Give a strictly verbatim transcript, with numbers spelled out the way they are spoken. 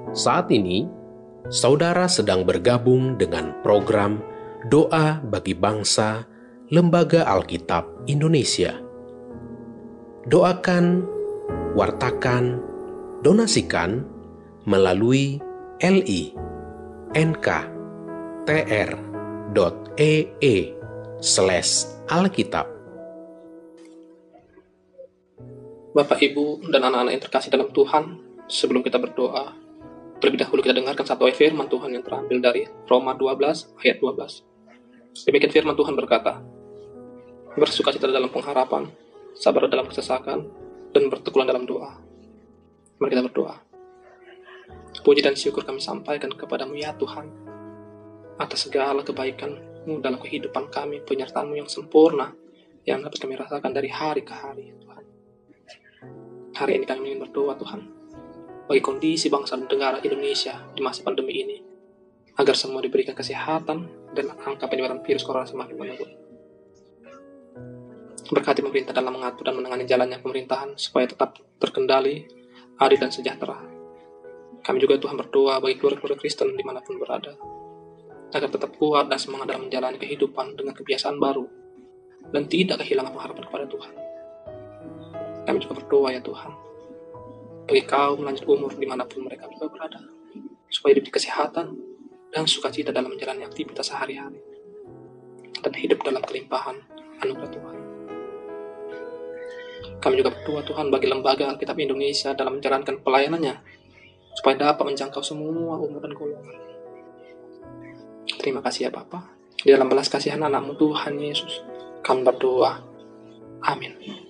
Saat ini, saudara sedang bergabung dengan program Doa bagi Bangsa Lembaga Alkitab Indonesia. Doakan, wartakan, donasikan melalui li nkTR.ee slash Alkitab. Bapak, Ibu, dan anak-anak yang terkasih dalam Tuhan, sebelum kita berdoa, terlebih dahulu kita dengarkan satu ayat firman Tuhan yang terambil dari Roma dua belas ayat dua belas. Demikian firman Tuhan berkata, bersukacita dalam pengharapan, sabar dalam kesesakan, dan bertekunan dalam doa. Mari kita berdoa. Puji dan syukur kami sampaikan kepadamu ya Tuhan, atas segala kebaikan-Mu dalam kehidupan kami, penyertaan-Mu yang sempurna, yang dapat kami rasakan dari hari ke hari, Tuhan. Hari ini kami ingin berdoa, Tuhan, bagi kondisi bangsa dan negara Indonesia di masa pandemi ini, agar semua diberikan kesehatan dan angka penyebaran virus corona semakin menurun. Berkati pemerintah dalam mengatur dan menangani jalannya pemerintahan supaya tetap terkendali, adil dan sejahtera. Kami juga Tuhan berdoa bagi keluarga-keluarga Kristen dimanapun berada, agar tetap kuat dan semangat dalam menjalani kehidupan dengan kebiasaan baru, dan tidak kehilangan pengharapan kepada Tuhan. Kami juga berdoa ya Tuhan, bagi kaum lanjut umur dimanapun mereka juga berada, supaya diberi kesehatan dan sukacita dalam menjalani aktivitas sehari-hari, dan hidup dalam kelimpahan anugerah Tuhan. Kami juga berdoa Tuhan bagi Lembaga Alkitab Indonesia dalam menjalankan pelayanannya, supaya dapat menjangkau semua umur dan golongan. Terima kasih ya Bapa. Di dalam belas kasihan anak-Mu Tuhan Yesus, kami berdoa. Amin.